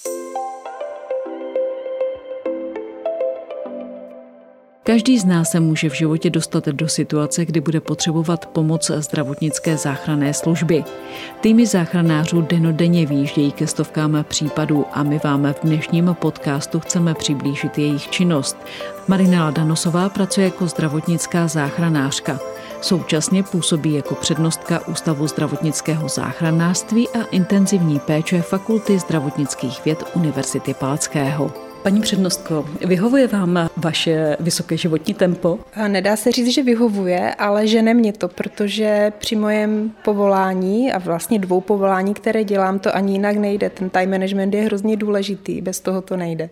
Každý z nás se může v životě dostat do situace, kdy bude potřebovat pomoc zdravotnické záchranné služby. Týmy záchranářů dennodenně výjíždějí ke stovkám případů a my vám v dnešním podcastu chceme přiblížit jejich činnost. Marina Ladanosová pracuje jako zdravotnická záchranářka. Současně působí jako přednostka Ústavu zdravotnického záchranářství a intenzivní péče Fakulty zdravotnických věd Univerzity Palackého. Paní přednostko, vyhovuje vám vaše vysoké životní tempo? Nedá se říct, že vyhovuje, ale žene mě to, protože při mojem povolání a vlastně 2 povolání, které dělám, to ani jinak nejde. Ten time management je hrozně důležitý, bez toho to nejde.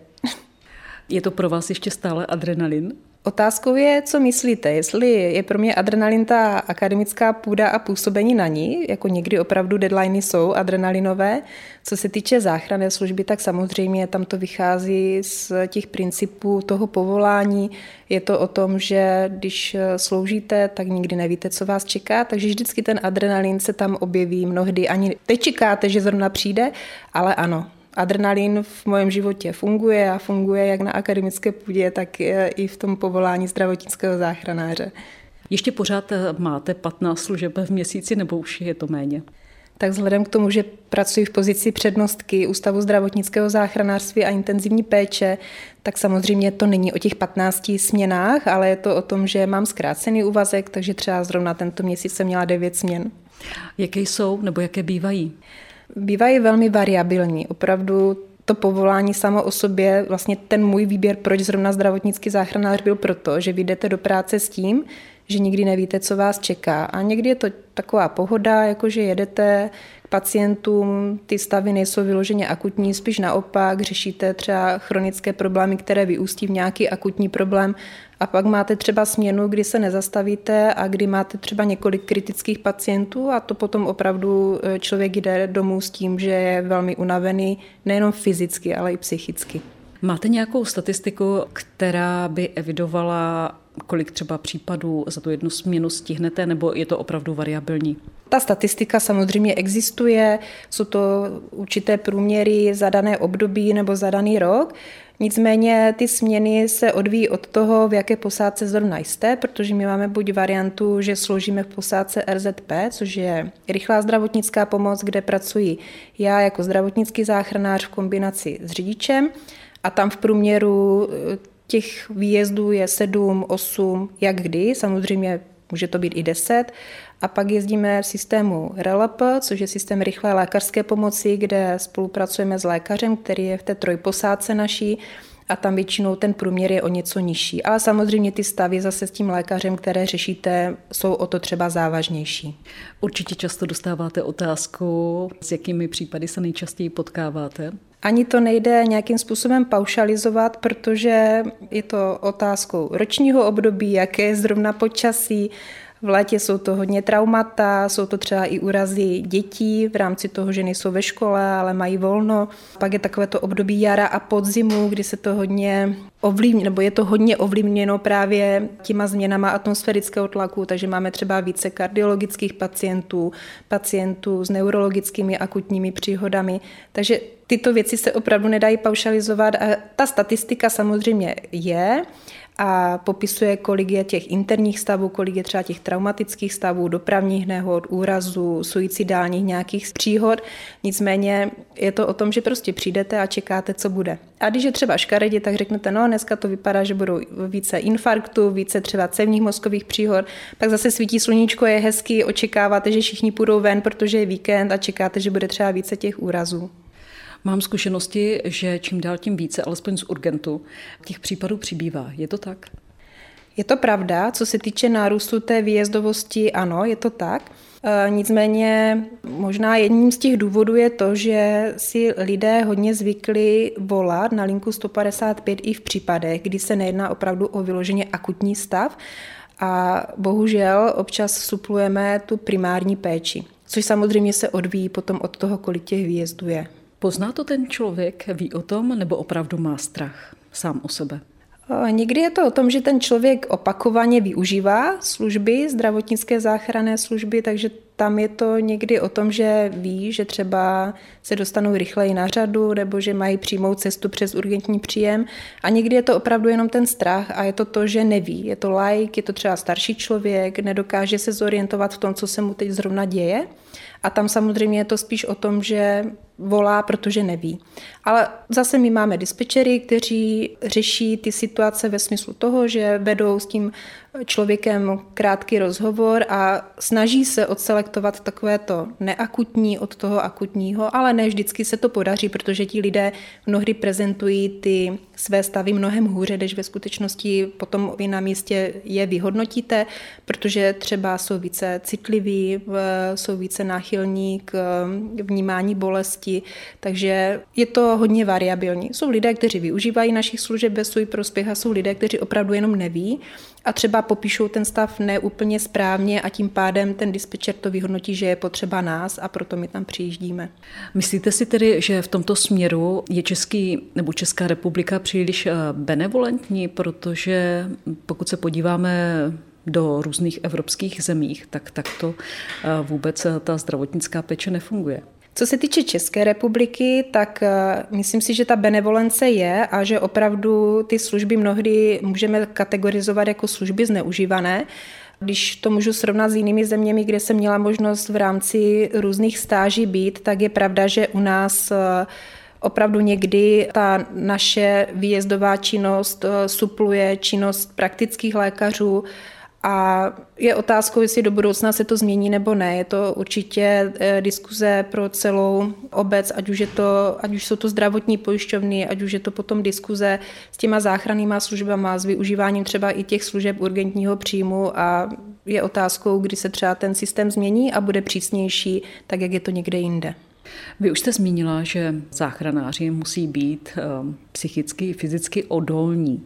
Je to pro vás ještě stále adrenalin? Otázkou je, co myslíte, jestli je pro mě adrenalin ta akademická půda a působení na ní, jako někdy opravdu deadliny jsou adrenalinové. Co se týče záchranné služby, tak samozřejmě tam to vychází z těch principů toho povolání. Je to o tom, že když sloužíte, tak nikdy nevíte, co vás čeká, takže vždycky ten adrenalin se tam objeví mnohdy. Ani nečekáte, že zrovna přijde, ale ano. Adrenalin v mém životě funguje a funguje jak na akademické půdě, tak i v tom povolání zdravotnického záchranáře. Ještě pořád máte 15 služeb v měsíci nebo už je to méně? Tak vzhledem k tomu, že pracuji v pozici přednostky Ústavu zdravotnického záchranářství a intenzivní péče, tak samozřejmě to není o těch 15 směnách, ale je to o tom, že mám zkrácený úvazek, takže třeba zrovna tento měsíc jsem měla 9 směn. Jaké jsou nebo jaké bývají? Bývají velmi variabilní. Opravdu to povolání samo o sobě, vlastně ten můj výběr, proč zrovna zdravotnický záchranář byl proto, že vy jdete do práce s tím, že nikdy nevíte, co vás čeká. A někdy je to taková pohoda, jakože jedete k pacientům, ty stavy nejsou vyloženě akutní, spíš naopak, řešíte třeba chronické problémy, které vyústí v nějaký akutní problém. A pak máte třeba směnu, kdy se nezastavíte a kdy máte třeba několik kritických pacientů a to potom opravdu člověk jde domů s tím, že je velmi unavený, nejenom fyzicky, ale i psychicky. Máte nějakou statistiku, která by evidovala, kolik třeba případů za tu jednu směnu stihnete, nebo je to opravdu variabilní? Ta statistika samozřejmě existuje, jsou to určité průměry za dané období nebo za daný rok. Nicméně ty směny se odvíjí od toho, v jaké posádce zrovna jste, protože my máme buď variantu, že sloužíme v posádce RZP, což je rychlá zdravotnická pomoc, kde pracuji já jako zdravotnický záchranář v kombinaci s řidičem a tam v průměru těch výjezdů je 7, 8, jak kdy, samozřejmě může to být i 10. A pak jezdíme v systému RLP, což je systém rychlé lékařské pomoci, kde spolupracujeme s lékařem, který je v té trojposádce naší a tam většinou ten průměr je o něco nižší. Ale samozřejmě ty stavy zase s tím lékařem, které řešíte, jsou o to třeba závažnější. Určitě často dostáváte otázku, s jakými případy se nejčastěji potkáváte? Ani to nejde nějakým způsobem paušalizovat, protože je to otázkou ročního období, jaké je zrovna počasí. V létě jsou to hodně traumata, jsou to třeba i úrazy dětí v rámci toho, že nejsou ve škole, ale mají volno. Pak je takové to období jara a podzimu, kdy se to hodně ovlivní, nebo je to hodně ovlivněno právě těma změnama atmosférického tlaku, takže máme třeba více kardiologických pacientů s neurologickými akutními příhodami. Takže tyto věci se opravdu nedají paušalizovat a ta statistika samozřejmě je a popisuje, kolik je těch interních stavů, kolik je třeba těch traumatických stavů, dopravních nehod, úrazů, suicidálních nějakých příhod. Nicméně je to o tom, že prostě přijdete a čekáte, co bude. A když je třeba škaredě, tak řeknete, no dneska to vypadá, že budou více infarktů, více třeba cévních mozkových příhod, pak zase svítí sluníčko, je hezký, očekáváte, že všichni půjdou ven, protože je víkend a čekáte, že bude třeba více těch úrazů. Mám zkušenosti, že čím dál tím více, alespoň z urgentu, těch případů přibývá. Je to tak? Je to pravda, co se týče nárůstu té výjezdovosti, ano, je to tak. Nicméně možná jedním z těch důvodů je to, že si lidé hodně zvykli volat na linku 155 i v případech, kdy se nejedná opravdu o vyloženě akutní stav a bohužel občas suplujeme tu primární péči, což samozřejmě se odvíjí potom od toho, kolik těch výjezdů je. Pozná to ten člověk, ví o tom, nebo opravdu má strach sám o sebe? Někdy je to o tom, že ten člověk opakovaně využívá služby, zdravotnické záchranné služby, takže tam je to někdy o tom, že ví, že třeba se dostanou rychleji na řadu nebo že mají přímou cestu přes urgentní příjem a někdy je to opravdu jenom ten strach a je to to, že neví. Je to laik, je to třeba starší člověk, nedokáže se zorientovat v tom, co se mu teď zrovna děje a tam samozřejmě je to spíš o tom, že volá, protože neví. Ale zase my máme dispečery, kteří řeší ty situace ve smyslu toho, že vedou s tím člověkem krátký rozhovor a snaží se odselektovat takové to neakutní od toho akutního, ale ne vždycky se to podaří, protože ti lidé mnohdy prezentují ty své stavy mnohem hůře, než ve skutečnosti potom vy na místě je vyhodnotíte, protože třeba jsou více citliví, jsou více náchylní k vnímání bolesti, takže je to hodně variabilní. Jsou lidé, kteří využívají našich služeb ve svůj prospěch a jsou lidé, kteří opravdu jenom neví a třeba popíšou ten stav neúplně správně a tím pádem ten dispečer to vyhodnotí, že je potřeba nás a proto my tam přijíždíme. Myslíte si tedy, že v tomto směru je Česká republika příliš benevolentní, protože pokud se podíváme do různých evropských zemích, tak takto vůbec ta zdravotnická péče nefunguje? Co se týče České republiky, tak myslím si, že ta benevolence je a že opravdu ty služby mnohdy můžeme kategorizovat jako služby zneužívané. Když to můžu srovnat s jinými zeměmi, kde jsem měla možnost v rámci různých stáží být, tak je pravda, že u nás opravdu někdy ta naše výjezdová činnost supluje činnost praktických lékařů, a je otázkou, jestli do budoucna se to změní nebo ne. Je to určitě diskuze pro celou obec, ať už jsou to zdravotní pojišťovny, ať už je to potom diskuze s těma záchrannýma službama, s využíváním třeba i těch služeb urgentního příjmu a je otázkou, kdy se třeba ten systém změní a bude přísnější, tak jak je to někde jinde. Vy už jste zmínila, že záchranáři musí být psychicky, fyzicky odolní.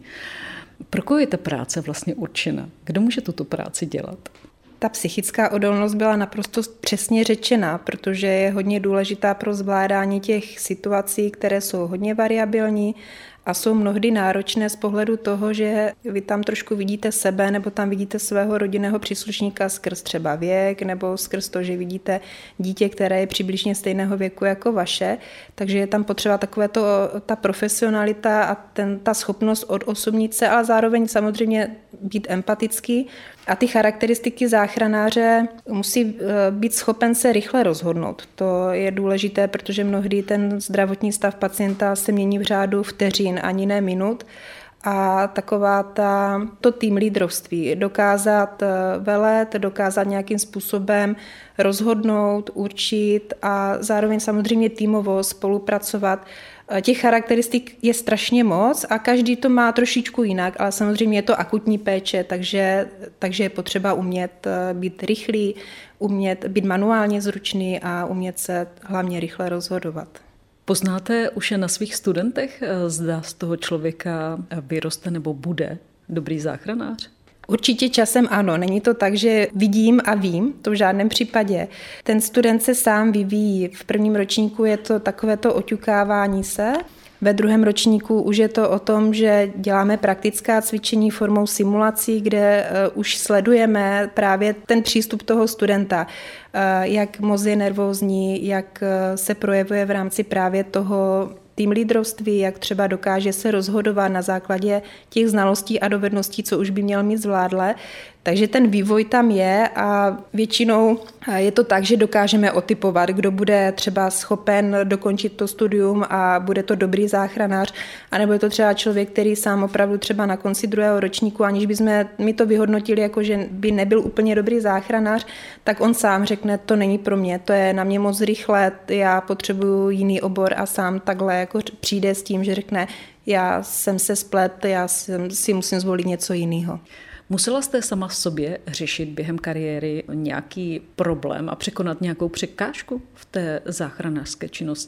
Pro koho je ta práce vlastně určena? Kdo může tuto práci dělat? Ta psychická odolnost byla naprosto přesně řečena, protože je hodně důležitá pro zvládání těch situací, které jsou hodně variabilní a jsou mnohdy náročné z pohledu toho, že vy tam trošku vidíte sebe nebo tam vidíte svého rodinného příslušníka skrz třeba věk nebo skrz to, že vidíte dítě, které je přibližně stejného věku jako vaše, takže je tam potřeba ta profesionalita a ta schopnost odosobnit se, ale zároveň samozřejmě být empatický. A ty charakteristiky záchranáře musí být schopen se rychle rozhodnout. To je důležité, protože mnohdy ten zdravotní stav pacienta se mění v řádu vteřin, ani ne minut. A to tým lídrovství, dokázat velet, dokázat nějakým způsobem rozhodnout, určit a zároveň samozřejmě týmovo spolupracovat. Těch charakteristik je strašně moc a každý to má trošičku jinak, ale samozřejmě je to akutní péče, takže je potřeba umět být rychlý, umět být manuálně zručný a umět se hlavně rychle rozhodovat. Poznáte už na svých studentech, zda z toho člověka vyroste nebo bude dobrý záchranář? Určitě časem ano, není to tak, že vidím a vím, to v žádném případě. Ten student se sám vyvíjí. V prvním ročníku je to takovéto oťukávání se, ve druhém ročníku už je to o tom, že děláme praktická cvičení formou simulací, kde už sledujeme právě ten přístup toho studenta, jak moc je nervózní, jak se projevuje v rámci právě toho tým lídrovství, jak třeba dokáže se rozhodovat na základě těch znalostí a dovedností, co už by měl mít zvládlé. Takže ten vývoj tam je a většinou je to tak, že dokážeme otypovat, kdo bude třeba schopen dokončit to studium a bude to dobrý záchranář, anebo je to třeba člověk, který sám opravdu třeba na konci druhého ročníku, aniž bychom my to vyhodnotili jako, že by nebyl úplně dobrý záchranář, tak on sám řekne, to není pro mě, to je na mě moc rychle, já potřebuju jiný obor a sám takhle jako přijde s tím, že řekne, já jsem se splet, já si musím zvolit něco jiného. Musela jste sama sobě řešit během kariéry nějaký problém a překonat nějakou překážku v té záchranářské činnosti?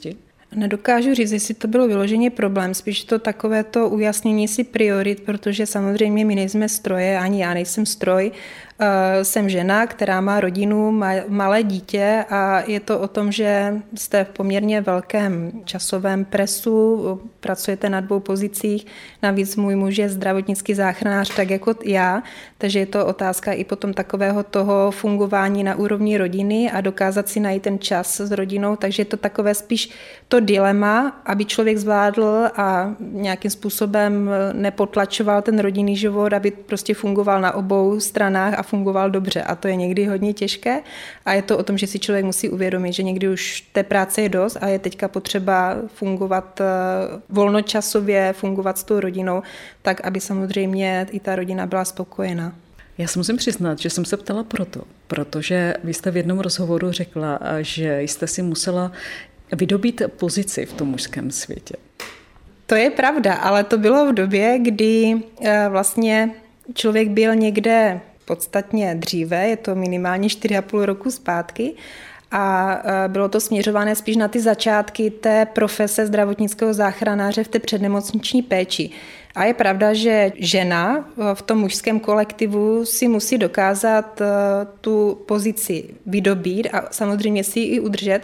Nedokážu říct, jestli to bylo vyloženě problém, spíš to takové to ujasnění si priorit, protože samozřejmě my nejsme stroje, ani já nejsem stroj. Jsem žena, která má rodinu, malé dítě a je to o tom, že jste v poměrně velkém časovém presu, pracujete na 2 pozicích, navíc můj muž je zdravotnický záchranář, tak jako já, takže je to otázka i potom takového toho fungování na úrovni rodiny a dokázat si najít ten čas s rodinou, takže je to takové spíš to dilema, aby člověk zvládl a nějakým způsobem nepotlačoval ten rodinný život, aby prostě fungoval na obou stranách a fungoval dobře. A to je někdy hodně těžké. A je to o tom, že si člověk musí uvědomit, že někdy už té práce je dost a je teďka potřeba fungovat volnočasově, fungovat s tou rodinou, tak aby samozřejmě i ta rodina byla spokojená. Já se musím přiznat, že jsem se ptala protože vy jste v jednom rozhovoru řekla, že jste si musela vydobít pozici v tom mužském světě. To je pravda, ale to bylo v době, kdy vlastně člověk byl někde podstatně dříve, je to minimálně 4,5 roku zpátky, a bylo to směřované spíš na ty začátky té profese zdravotnického záchranáře v té přednemocniční péči. A je pravda, že žena v tom mužském kolektivu si musí dokázat tu pozici vydobít a samozřejmě si ji i udržet,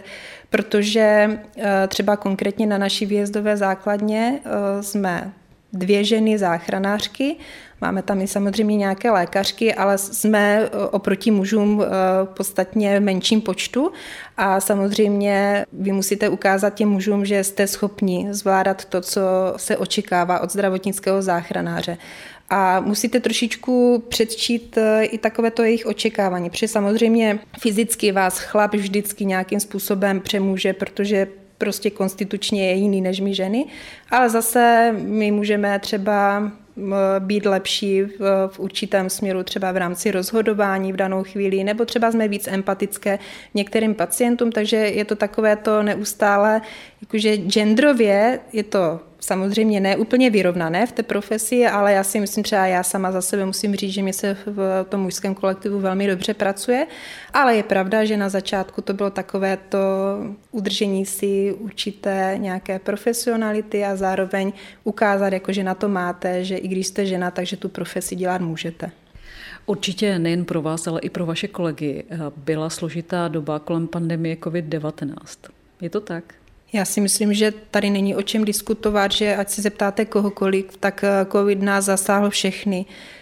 protože třeba konkrétně na naší výjezdové základně jsme 2 ženy záchranářky, máme tam i samozřejmě nějaké lékařky, ale jsme oproti mužům podstatně v menším počtu a samozřejmě vy musíte ukázat těm mužům, že jste schopni zvládat to, co se očekává od zdravotnického záchranáře. A musíte trošičku předčít i takovéto jejich očekávání, protože samozřejmě fyzicky vás chlap vždycky nějakým způsobem přemůže, protože prostě konstitučně je jiný než my ženy, ale zase my můžeme třeba být lepší v určitém směru, třeba v rámci rozhodování v danou chvíli, nebo třeba jsme víc empatické některým pacientům, takže je to takové to neustále, jakože genderově je to samozřejmě ne úplně vyrovnané v té profesi, ale já si myslím, třeba já sama za sebe musím říct, že mi se v tom mužském kolektivu velmi dobře pracuje, ale je pravda, že na začátku to bylo takové to udržení si určité nějaké profesionality a zároveň ukázat, jako že na to máte, že i když jste žena, takže tu profesi dělat můžete. Určitě nejen pro vás, ale i pro vaše kolegy byla složitá doba kolem pandemie COVID-19. Je to tak? Já si myslím, že tady není o čem diskutovat, že ať se zeptáte kohokoliv, tak COVID nás zasáhl všechny.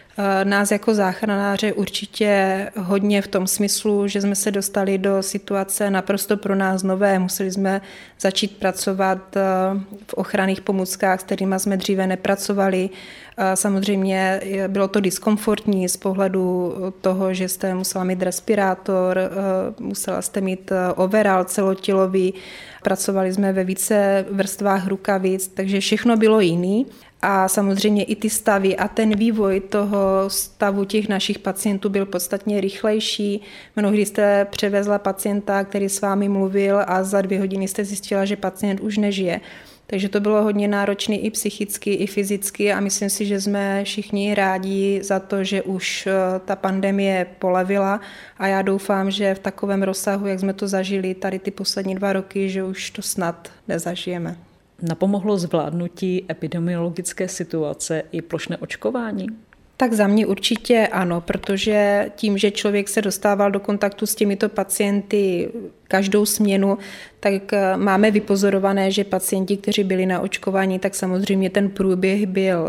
Nás jako záchranáře určitě hodně v tom smyslu, že jsme se dostali do situace naprosto pro nás nové. Museli jsme začít pracovat v ochranných pomůckách, s kterými jsme dříve nepracovali. Samozřejmě bylo to diskomfortní z pohledu toho, že jste musela mít respirátor, musela jste mít overall celotělový, pracovali jsme ve více vrstvách rukavic, takže všechno bylo jiný. A samozřejmě i ty stavy a ten vývoj toho stavu těch našich pacientů byl podstatně rychlejší. Mnohdy jste převezla pacienta, který s vámi mluvil a za 2 hodiny jste zjistila, že pacient už nežije. Takže to bylo hodně náročné i psychicky, i fyzicky a myslím si, že jsme všichni rádi za to, že už ta pandemie polevila a já doufám, že v takovém rozsahu, jak jsme to zažili tady ty poslední 2 roky, že už to snad nezažijeme. Napomohlo zvládnutí epidemiologické situace i plošné očkování? Tak za mě určitě ano, protože tím, že člověk se dostával do kontaktu s těmito pacienty každou směnu, tak máme vypozorované, že pacienti, kteří byli na očkování, tak samozřejmě ten průběh byl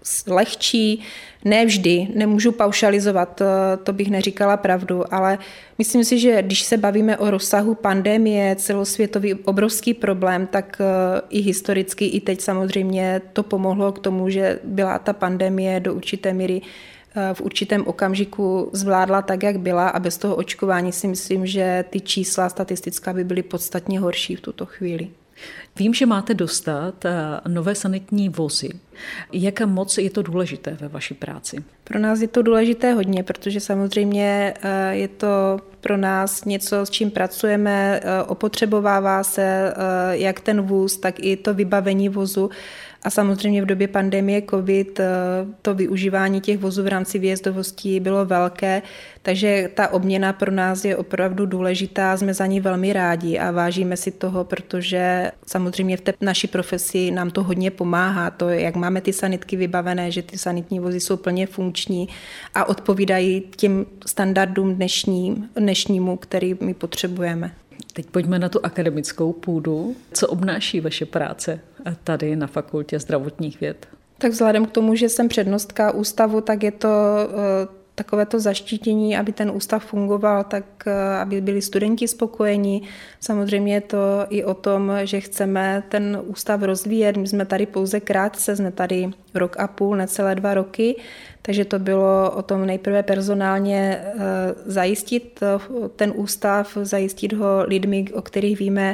lehčí, ne vždy, nemůžu paušalizovat, to bych neříkala pravdu, ale myslím si, že když se bavíme o rozsahu pandemie, celosvětový obrovský problém, tak i historicky, i teď samozřejmě to pomohlo k tomu, že byla ta pandemie do určité míry v určitém okamžiku zvládla tak, jak byla a bez toho očkování si myslím, že ty čísla statistická by byly podstatně horší v tuto chvíli. Vím, že máte dostat nové sanitní vozy. Jak moc je to důležité ve vaší práci? Pro nás je to důležité hodně, protože samozřejmě je to pro nás něco, s čím pracujeme, opotřebovává se jak ten vůz, tak i to vybavení vozu. A samozřejmě v době pandemie COVID to využívání těch vozů v rámci výjezdovostí bylo velké, takže ta obměna pro nás je opravdu důležitá, jsme za ní velmi rádi a vážíme si toho, protože samozřejmě v té naší profesi nám to hodně pomáhá, to, jak máme ty sanitky vybavené, že ty sanitní vozy jsou plně funkční a odpovídají těm standardům dnešnímu, který my potřebujeme. Teď pojďme na tu akademickou půdu. Co obnáší vaše práce tady na Fakultě zdravotních věd? Tak vzhledem k tomu, že jsem přednostka ústavu, tak je to takovéto zaštítění, aby ten ústav fungoval, tak aby byli studenti spokojení. Samozřejmě je to i o tom, že chceme ten ústav rozvíjet. My jsme tady pouze krátce, jsme tady 1,5 roku, necelé 2 roky, takže to bylo o tom nejprve personálně zajistit ten ústav, zajistit ho lidmi, o kterých víme,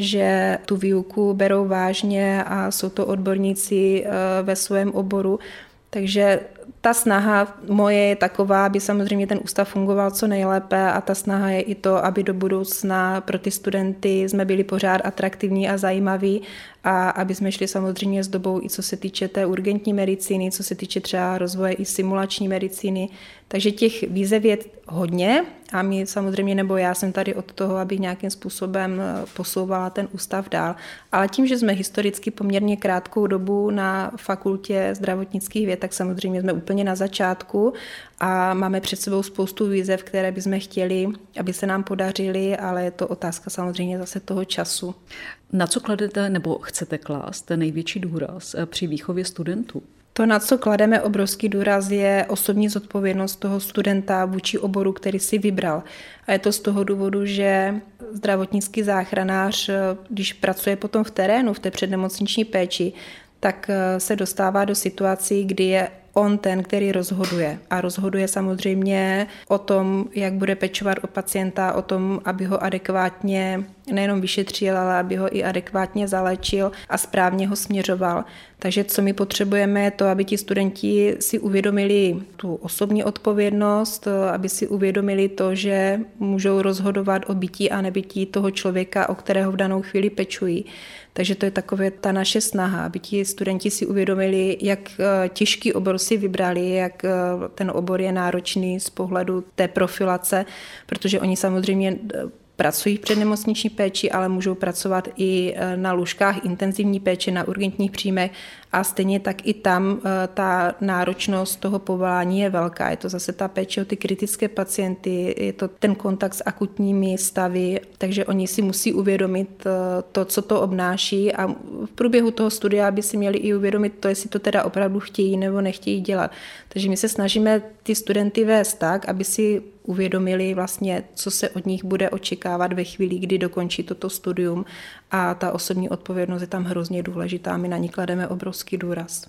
že tu výuku berou vážně a jsou to odborníci ve svém oboru. Takže ta snaha moje je taková, aby samozřejmě ten ústav fungoval co nejlépe a ta snaha je i to, aby do budoucna pro ty studenty jsme byli pořád atraktivní a zajímaví a aby jsme šli samozřejmě s dobou i co se týče té urgentní medicíny, co se týče třeba rozvoje i simulační medicíny. Takže těch výzev je hodně a my samozřejmě, nebo já jsem tady od toho, aby nějakým způsobem posouvala ten ústav dál. Ale tím, že jsme historicky poměrně krátkou dobu na Fakultě zdravotnických věd, tak samozřejmě jsme úplně na začátku a máme před sebou spoustu výzev, které bychom chtěli, aby se nám podařily, ale je to otázka samozřejmě zase toho času. Na co kladete nebo chcete klást největší důraz při výchově studentů? To, na co klademe obrovský důraz, je osobní zodpovědnost toho studenta vůči oboru, který si vybral. A je to z toho důvodu, že zdravotnický záchranář, když pracuje potom v terénu, v té přednemocniční péči, tak se dostává do situací, kdy je on ten, který rozhoduje. A rozhoduje samozřejmě o tom, jak bude pečovat o pacienta, o tom, aby ho adekvátně nejenom vyšetřil, ale aby ho i adekvátně zaléčil a správně ho směřoval. Takže co my potřebujeme, je to, aby ti studenti si uvědomili tu osobní odpovědnost, aby si uvědomili to, že můžou rozhodovat o bytí a nebytí toho člověka, o kterého v danou chvíli pečují. Takže to je takové ta naše snaha, aby ti studenti si uvědomili, jak těžký obor si vybrali, jak ten obor je náročný z pohledu té profilace, protože oni samozřejmě pracují v přednemocniční péči, ale můžou pracovat i na lůžkách intenzivní péče, na urgentních příjmech a stejně tak i tam ta náročnost toho povolání je velká. Je to zase ta péče o ty kritické pacienty, je to ten kontakt s akutními stavy, takže oni si musí uvědomit to, co to obnáší a v průběhu toho studia by si měli i uvědomit to, jestli to teda opravdu chtějí nebo nechtějí dělat. Takže my se snažíme ty studenty vést tak, aby si uvědomili vlastně, co se od nich bude očekávat ve chvíli, kdy dokončí toto studium a ta osobní odpovědnost je tam hrozně důležitá. My na ní klademe obrovský důraz.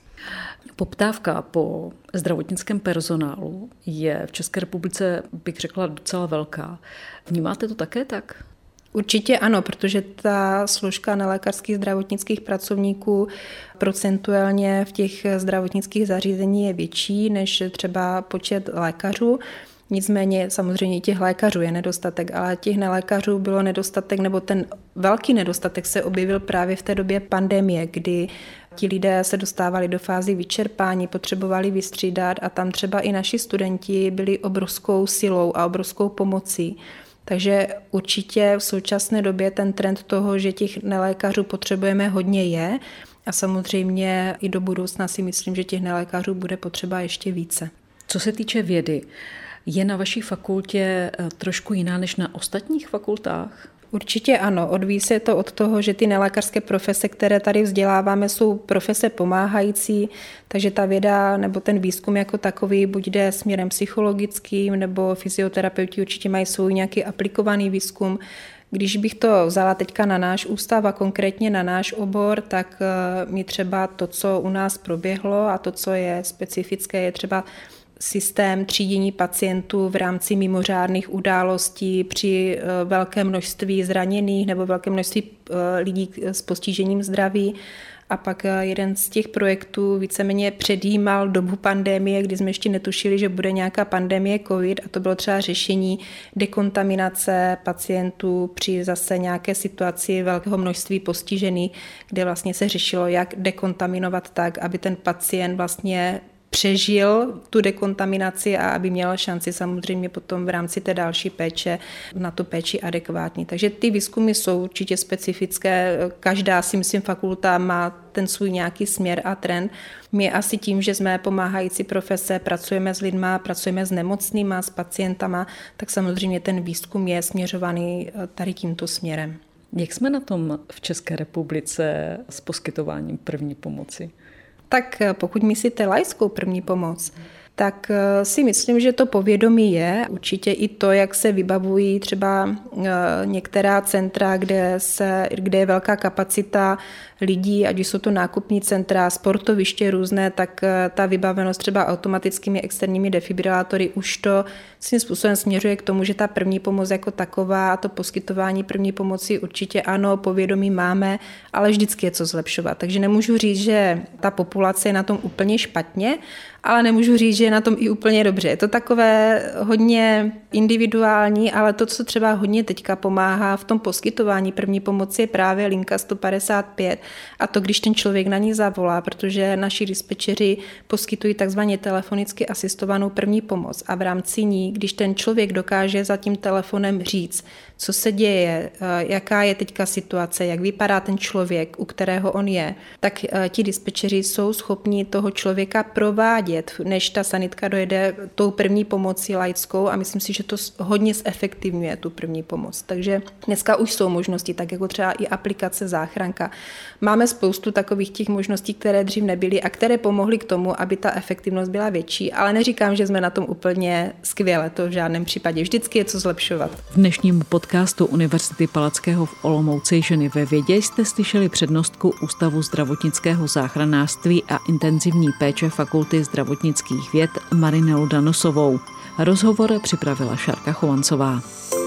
Poptávka po zdravotnickém personálu je v České republice, bych řekla, docela velká. Vnímáte to také tak? Určitě ano, protože ta složka nelékařských zdravotnických pracovníků procentuálně v těch zdravotnických zařízení je větší než třeba počet lékařů. Nicméně samozřejmě těch lékařů je nedostatek, ale těch nelékařů bylo nedostatek, nebo ten velký nedostatek se objevil právě v té době pandemie, kdy ti lidé se dostávali do fázy vyčerpání, potřebovali vystřídat a tam třeba i naši studenti byli obrovskou silou a obrovskou pomocí. Takže určitě v současné době ten trend toho, že těch nelékařů potřebujeme hodně je a samozřejmě i do budoucna si myslím, že těch nelékařů bude potřeba ještě více. Co se týče vědy, je na vaší fakultě trošku jiná než na ostatních fakultách? Určitě ano, odvíjí se to od toho, že ty nelékařské profese, které tady vzděláváme, jsou profese pomáhající, takže ta věda nebo ten výzkum jako takový buď jde směrem psychologickým, nebo fyzioterapeuti určitě mají svůj nějaký aplikovaný výzkum. Když bych to vzala teďka na náš ústav a konkrétně na náš obor, tak mi třeba to, co u nás proběhlo a to, co je specifické, je třeba systém třídění pacientů v rámci mimořádných událostí při velkém množství zraněných nebo velké množství lidí s postižením zdraví. A pak jeden z těch projektů víceméně předjímal dobu pandemie, kdy jsme ještě netušili, že bude nějaká pandemie COVID, a to bylo třeba řešení dekontaminace pacientů při zase nějaké situaci velkého množství postižených, kde vlastně se řešilo, jak dekontaminovat tak, aby ten pacient vlastně přežil tu dekontaminaci a aby měl šanci samozřejmě potom v rámci té další péče na tu péči adekvátní. Takže ty výzkumy jsou určitě specifické, každá si myslím fakulta má ten svůj nějaký směr a trend. My asi tím, že jsme pomáhající profese, pracujeme s lidma, pracujeme s nemocnýma, s pacientama, tak samozřejmě ten výzkum je směřovaný tady tímto směrem. Jak jsme na tom v České republice s poskytováním první pomoci? Tak pokud myslíte laickou první pomoc, tak si myslím, že to povědomí je. Určitě i to, jak se vybavují třeba některá centra, kde je velká kapacita lidí, ať už jsou to nákupní centra, sportoviště různé, tak ta vybavenost třeba automatickými externími defibrilátory už to svým způsobem směřuje k tomu, že ta první pomoc jako taková a to poskytování první pomoci určitě ano, povědomí máme, ale vždycky je co zlepšovat. Takže nemůžu říct, že ta populace je na tom úplně špatně, ale nemůžu říct, že je na tom i úplně dobře. Je to takové hodně individuální, ale to, co třeba hodně teďka pomáhá v tom poskytování první pomoci, je právě linka 155 a to, když ten člověk na ní zavolá, protože naši dispečeři poskytují takzvaně telefonicky asistovanou první pomoc a v rámci ní, když ten člověk dokáže za tím telefonem říct, co se děje, jaká je teďka situace, jak vypadá ten člověk, u kterého on je, tak ti dispečeři jsou schopni toho člověka provádět, než ta sanitka dojede tou první pomocí laickou a myslím si, že to hodně zefektivňuje tu první pomoc. Takže dneska už jsou možnosti, tak jako třeba i aplikace Záchranka. Máme spoustu takových těch možností, které dřív nebyly a které pomohly k tomu, aby ta efektivnost byla větší, ale neříkám, že jsme na tom úplně skvěle, to v žádném případě. Vždycky je co zlepšovat. V dnešním podcastu Univerzity Palackého v Olomouci Ženy ve vědě jste slyšeli přednostku Ústavu zdravotnického záchranářství a intenzivní péče Fakulty zdravotnických věd Marinelu Danosovou. Rozhovor připravila Šárka Chovancová.